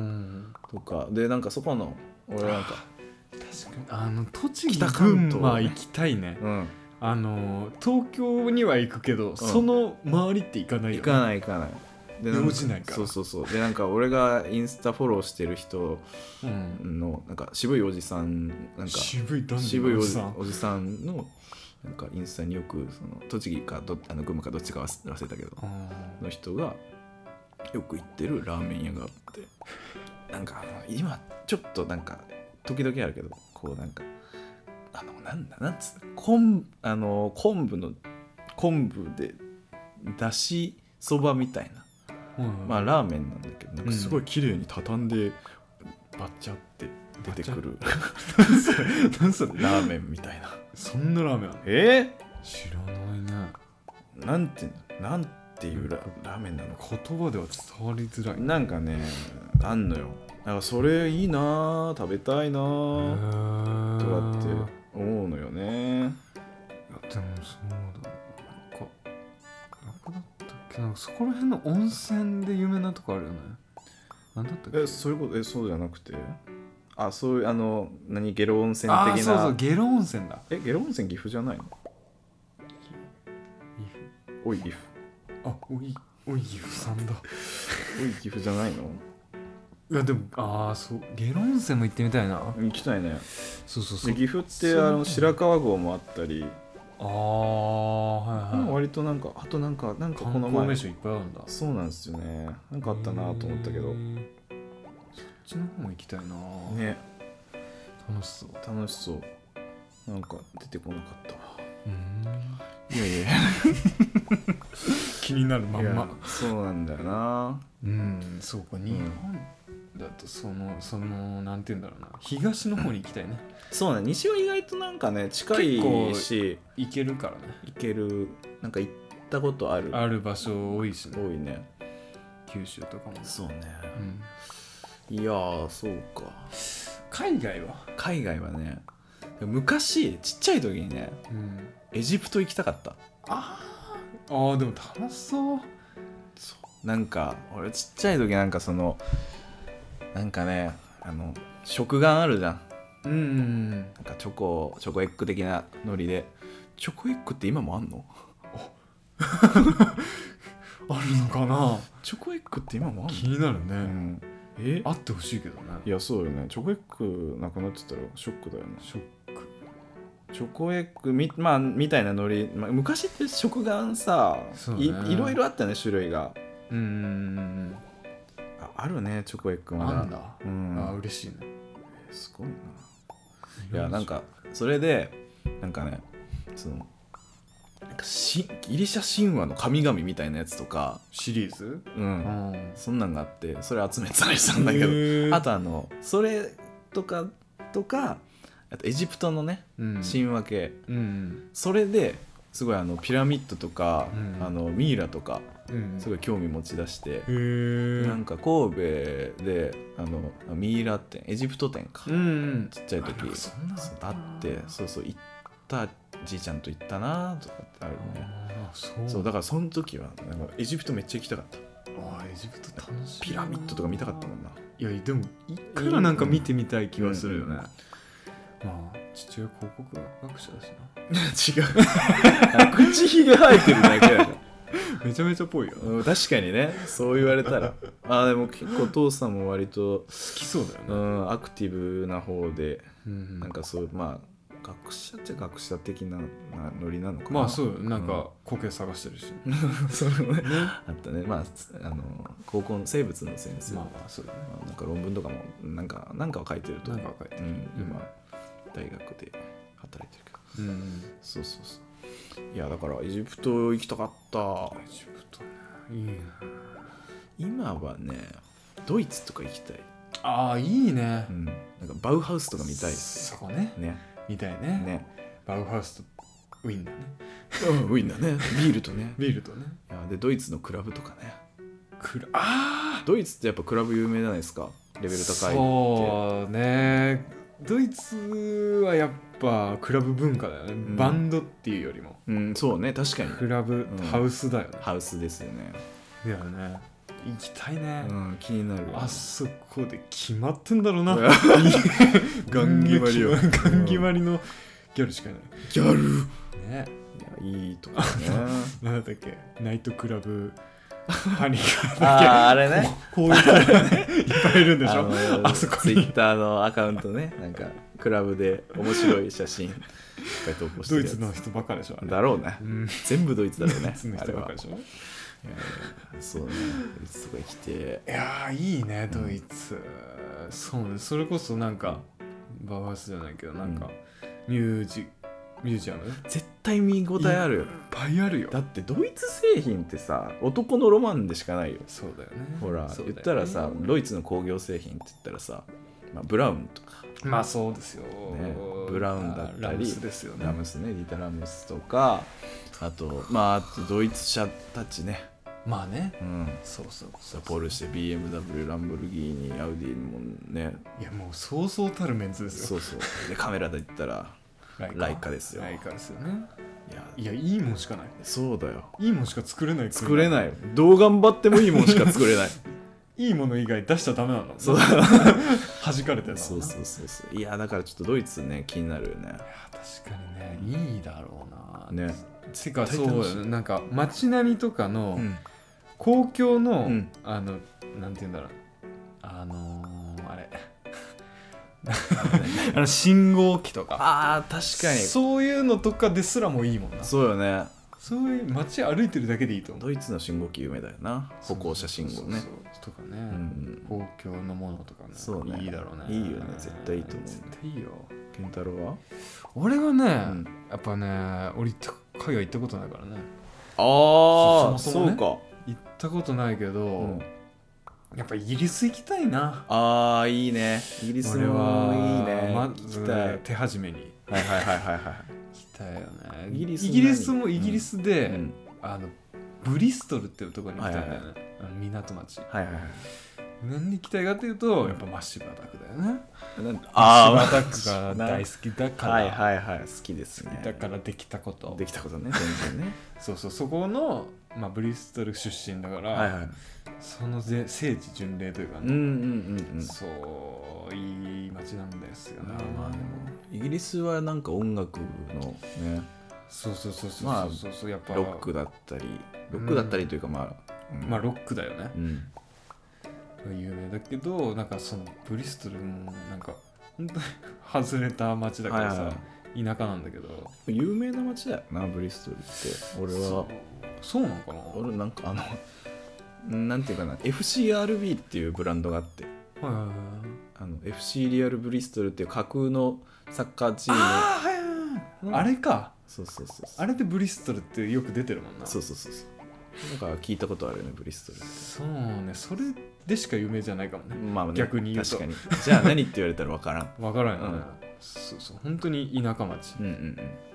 とかでなんかそこの俺なんか確かにあの栃木群馬行きたいね、うん、あの東京には行くけど、うん、その周りって行かないよね。 行かない行かないで用事ないから。 そうそうそうでなんか俺がインスタフォローしてる人の、なんか渋いおじさんなんか渋い男渋いおじおじさんのなんかインスタによくその栃木かどあの群馬かどっちか忘れたけどの人がよく行ってるラーメン屋があってなんか今ちょっとなんか時々あるけどこうなんかあのなんだなんつう昆あの昆布の昆布でだしそばみたいな、うん、まあラーメンなんだけどなんかすごい綺麗に畳んでバッチャって出てくる何それラーメンみたいな。 そんなラーメンあるの？ えー、 知らないね。 なんてなんていう ラ, ラーメンなのか言葉では伝わりづらい。 なんかねあんのよ。なんかそれいいな食べたいなとかって思うのよね。いやでもそうだなんかどこだったっけなんかそこら辺の温泉で有名なとこあるよね。なんだったっけえそういうことえそうじゃなくてあそういうあの何ゲロ温泉的なあそうそうゲロ温泉だ。 えゲロ温泉岐阜じゃないの？岐阜おい岐阜あおいおい岐阜さんだおい岐阜じゃないの？ いやでもああそうゲロ温泉も行ってみたいな。 行きたいね。 そうそうそう岐阜ってあの白川郷もあったりああはいはい割となんかあとなんかなんかこの前観光名所いっぱいあるんだ。 そうなんですよねなんかあったなと思ったけどそっちの方も行きたいなね。 楽しそう楽しそうなんか出てこなかったわ。 うんいやいや気になるまんまそうなんだよな。 うんそうか日本だとそのそのなんて言うんだろうな東の方に行きたいね。 そうね西は意外となんかね近いし行けるからね。 行けるなんか行ったことあるある場所多いしね。 多いね九州とかも。 そうね、うん、いやーそうか。 海外は海外はね昔ちっちゃい時にね、うん、エジプト行きたかった。 ああでも楽しそう。 そうなんか俺ちっちゃい時なんかそのなんかねあの食玩あるじゃん。うんうんうん、なんかチョコチョコエッグ的なノリでチョコエッグって今もあんの？ あるのかな。 チョコエッグって今もあんの？ 気になるね、うん、 えあってほしいけどね。 いやそうよねチョコエッグなくなってたらショックだよね。 ショックチョコエッグ み,、まあ、みたいなノリ、まあ、昔って食玩さ、ね、い, いろいろあったね種類が。うんうんああるねチョコエッグまだ。 あんだ、うん、あ嬉しいね。 えすごいな。いやなんかそれでなんかねそのなんかしギリシャ神話の神々みたいなやつとかシリーズ、 うん、うん、そんなんがあってそれ集めてたりしたんだけどあとあのそれとかとかあとエジプトのね、うん、神話系、うん、それですごいあのピラミッドとか、 うん、 あのミイラとか、 うん、 すごい興味持ち出して、 へなんか神戸であのミイラ店、エジプト店か、 うんうん、 ちっちゃい時あってそうそう行ったじいちゃんと行ったなとかってあるね。 あそう、 そうだからその時はなんかエジプトめっちゃ行きたかった。 あエジプト楽しい。 ピラミッドとか見たかったもんな。 いやでもいくらなんか見てみたい気はするよね、うんうん、まあ父親広告学者だしな違う口ひげ生えてるだけだからめちゃめちゃぽいよ、 うん、確かにねそう言われたらあでも結構父さんも割と好きそうだよね、 うん、アクティブな方で、うん、なんかそうまあ学者っちゃ学者的なノリなのかな。 まあそうなんか苔探してるしそれもねあったね。まああの高校の生物の先生、 まあまあそうだね、 まあ、なんか論文とかもなんかなんかは書いてるとなんかは書いてる、 うん、今大学で働いてるけど、うん、そうそうそう。いやだからエジプト行きたかった。 エジプトねいいな。 今はねドイツとか行きたい。 ああいいね、 うん、なんかバウハウスとか見たい。 そこねねみたいね。 ねバウハウスとウィンだね。 ウィンだね。ビールとね。 ビールとね。 いやでドイツのクラブとかね。 クラあドイツってやっぱクラブ有名じゃないですか。レベル高いって。 そうね。ドイツはやっぱクラブ文化だよね。うん、バンドっていうよりも。 うんそうね確かに。 クラブ、うん、ハウスだよね。 ハウスですよね。 だよね。行きたいね、 うん、気になる。 あそこで決まってんだろうなガン決まりよ。 ガン決まりのギャルしかいない。 ギャルね。 いやいいとこね。 なんだっけナイトクラブパニックあああれねこういう人ねいっぱいいるんでしょ あ, あそこにツイッターのアカウントねなんかクラブで面白い写真いっぱい投稿してるやつ。 ドイツの人ばっかでしょだろうね、うん、全部ドイツだろうね。 ドイツの人ばっかでしょ。 そうねドイツとか来ていやいいねドイツ、うん、そうねそれこそなんかバウハウスじゃないけどなんか、うん、ミュージミュージアム絶対見応えあるよ。いっぱいあるよ。 だってドイツ製品ってさ男のロマンでしかないよ。 そうだよね。 ほら、ね、言ったらさドイツの工業製品って言ったらさ、まあ、ブラウンとかまあそうですよ、 ね、ブラウンだったりラムスですよね。 ラムスねディータラムスとかあとまああとドイツ車たちね。 まあね、 うん、 そうそうそうポルシェ ビーエムダブリュー ランボルギーニアウディもね。 いやもうそうそうたるメンツですよ。 そうそうでカメラで言ったらライカ、ライカですよ。 ライカですよね。 いやいやいいもんしかない。 そうだよ。 いいもんしか作れない。 作れない。どう頑張ってもいいもんしか作れない。 いいもの以外出しちゃダメなの。 そう弾かれてる。 そうそうそうそう。いやだからちょっとドイツね気になるよね。いや確かにねいいだろうな。 ね。 てかそうよねなんか街並みとかの、うん公共の、うん、あのなんて言うんだろうあのー、あれあの信号機とかあー確かにそういうのとかですらもいいもんな。 そうよね。 そういう街歩いてるだけでいいと思う。 ドイツの信号機有名だよな。歩行者信号ね。そうそうそうとかね、うん、公共のものとかね。 そうねいいだろうね。 いいよね絶対いいと思う。 絶対いいよ。 健太郎は俺はね、うん、やっぱね俺海外行ったことないからね。 ああ そ, そ, そ, ね、そうか行ったことないけど、うん、やっぱイギリス行きたいな。 あーいいねイギリスもいいね。 まず手始めにはいはいはいはいはい行きたいよね。 イギリスイギリスもイギリスで、 うん、 あのブリストルっていうところに行きたいんだよね、はいはいはい、あの港町。 はいはいはい。 何に行きたいかっていうと、うん、やっぱマッシブアタックだよね。 あマッシブアタックが大好きだからはいはいはい好きですね。 だからできたことできたことね全然ねそうそうそこの、まあ、ブリストル出身だから、 はいはい、 そのぜ聖地巡礼というかね、 うんうんうんうん、 そういい街なんですよね。 まあでもイギリスはなんか音楽のねそうそうそうそう、 まあ、 そうそうやっぱロックだったりロックだったりというか、うん、まあ、 うん、まあロックだよね、 うん、 有名だけどなんかそのブリストルもなんか本当に外れた街だからさ、はいはい、田舎なんだけど有名な街だよなブリストルって。俺はそう、そうなのかな。 俺なんかあのなんていうかな エフシーアールビー っていうブランドがあって、 はいはいはい、 あの エフシー リアルブリストルっていう架空のサッカーチーム。 ああはいはいはい、うん、あれか。 そうそうそうそうあれでブリストルってよく出てるもんな。 そうそうそうそうだから聞いたことあるよねブリストルって。 そうねそれでしか有名じゃないかもね。 まあね逆に言うと確かにじゃあ何って言われたら分からん分からんよね、うん、そうそう本当に田舎町、 うんうんうん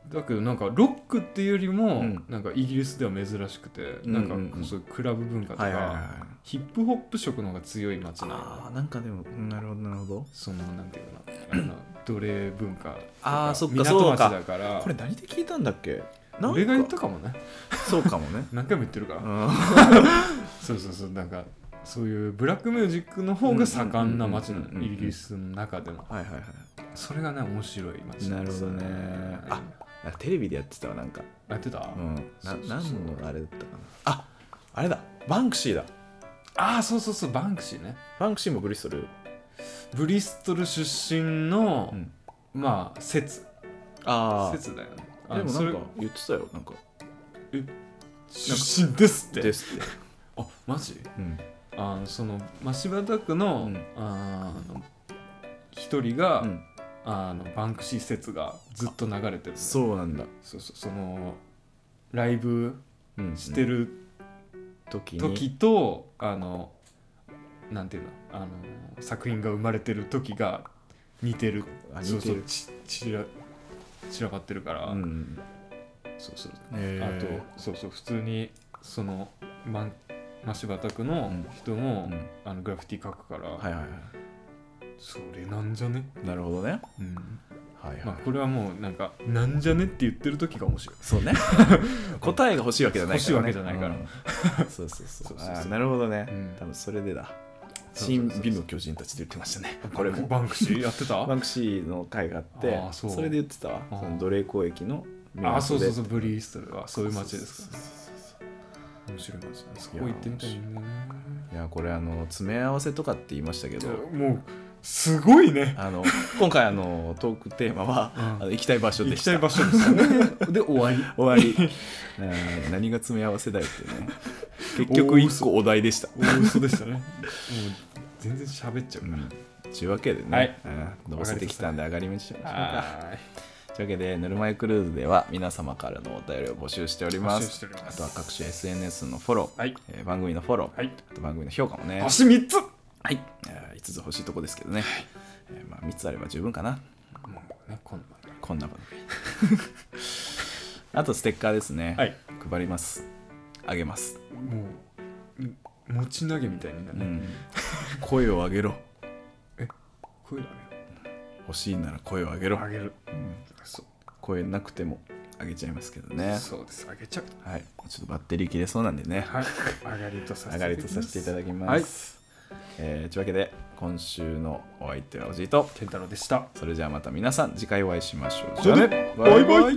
だけどなんかロックっていうよりも、 うん、 なんかイギリスでは珍しくて、うんうんうん、なんかそういうクラブ文化とか、はいはいはい、ヒップホップ色の方が強い街なの。 あなんかでもなるほどなるほど。 そのなんていうかなあの奴隷文化とか、 ああそっか港町だから。 これ何で聞いたんだっけ。 俺が言ったかもね。 そうかもね。 何回も言ってるから。そうそうそう、なんかそういうブラックミュージックの方が盛んな街なの、イギリスの中でも。はいはいはい。それがね面白い街。 なるほどね。あ、テレビでやってたわなんか。 やってた？ うん。な何のあれだったかな。あ、あれだ。バンクシーだ。 ああそうそうそう、バンクシーね。 バンクシーもブリストル。 ブリストル出身の、うん、まあ説。ああ。説だよね。 でもなんか言ってたよなんか。 え、出身ですって。 ですって。 あ、マジ？うん。あのその真柴田区の、うん、あの一人が、うん、あのバンクシー説がずっと流れてる。 そうなんだ。 そうそう、そのライブしてる時に、時とあのなんていうの、あの作品が生まれてる時が似てる。 あ、似てる。 そうそう、ちちら散らばってるから、うん、そうそう、あとそうそう、普通にその真柴田区の人も、うん、あのグラフィティ描くから、はいはいはい、それなんじゃね。 なるほどね、 うん、はいはい、まあこれはもうなんかなんじゃねって言ってる時が面白い。 そうね答えが欲しいわけじゃないから、ね、 欲しいわけじゃないから、うん、 そうそうそう、あ、なるほどね、うん、多分それでだ。新美の巨人たちで言ってましたね。 これもバンクシーやってたバンクシーの回があって、あ、 そ, それで言ってたわ。その奴隷交易のああそうそうそう、ブリストルはそういう街ですからね。面白い街です。そこ行ってみたいね。 いやこれあの詰め合わせとかって言いましたけど、 もうすごいね。 あの今回あのトークテーマは、うん、あの行きたい場所でした。 行きたい場所でしたね。で終わり終わり何が詰め合わせだよってね。結局一個お題でした。 大嘘でしたね。もう全然喋っちゃうから、うん、 というわけでね、はい、どうせてきたんで上がり飯しましょうか。というわけでぬるま湯クルーズでは皆様からのお便りを募集しております。あとは各種 エスエヌエス のフォロー、はい、えー、番組のフォロー、はい、あと番組の評価もね、 星みっつ、 はい、いつつ欲しいとこですけどね、はい、えー、まあ、みっつあれば十分かな。 もうね、こんなこんな番組あとステッカーですね、はい、配ります。あげます。 もう持ち投げみたいになる、ね、うん、 声を上げろ。 え、声を上げろ。 欲しいなら声を上げろ。 上げる、うん、 そう、声なくても上げちゃいますけどね。 そうです、上げちゃう。 はい、ちょっとバッテリー切れそうなんでね、 はい、上がりとさせていただきます。 上がりとさせていただきます、はい、えー、というわけで今週のお相手はおじいと健太郎でした。 それじゃあまた皆さん次回お会いしましょう。 じゃあね、バイバイ。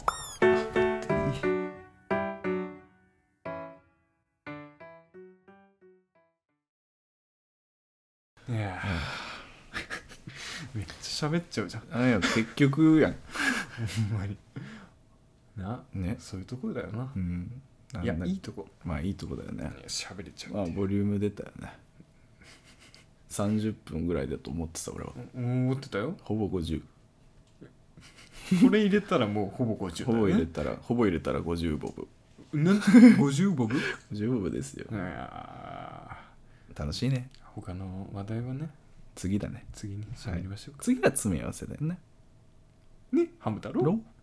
いやめっちゃ喋っちゃうじゃん。 あ、いや結局やんほんまにな、ね、そういうところだよな、うん、いや、いいとこ、 まあいいとこだよね。 喋れちゃう。 まあボリューム出たよね。さんじゅっぷんぐらいだと思ってた俺は。 思ってたよ。 ほぼごじゅう。 これ入れたらもうほぼごじゅうだよね。 ほぼ入れたらほぼ入れたらごじゅうボブ。 なんごじゅうボブごじゅうボブですよ。いや楽しいね。 他の話題はね、 次だね。 次に喋りましょうか、 はい、次が詰め合わせだよね。 ね、ハム太郎。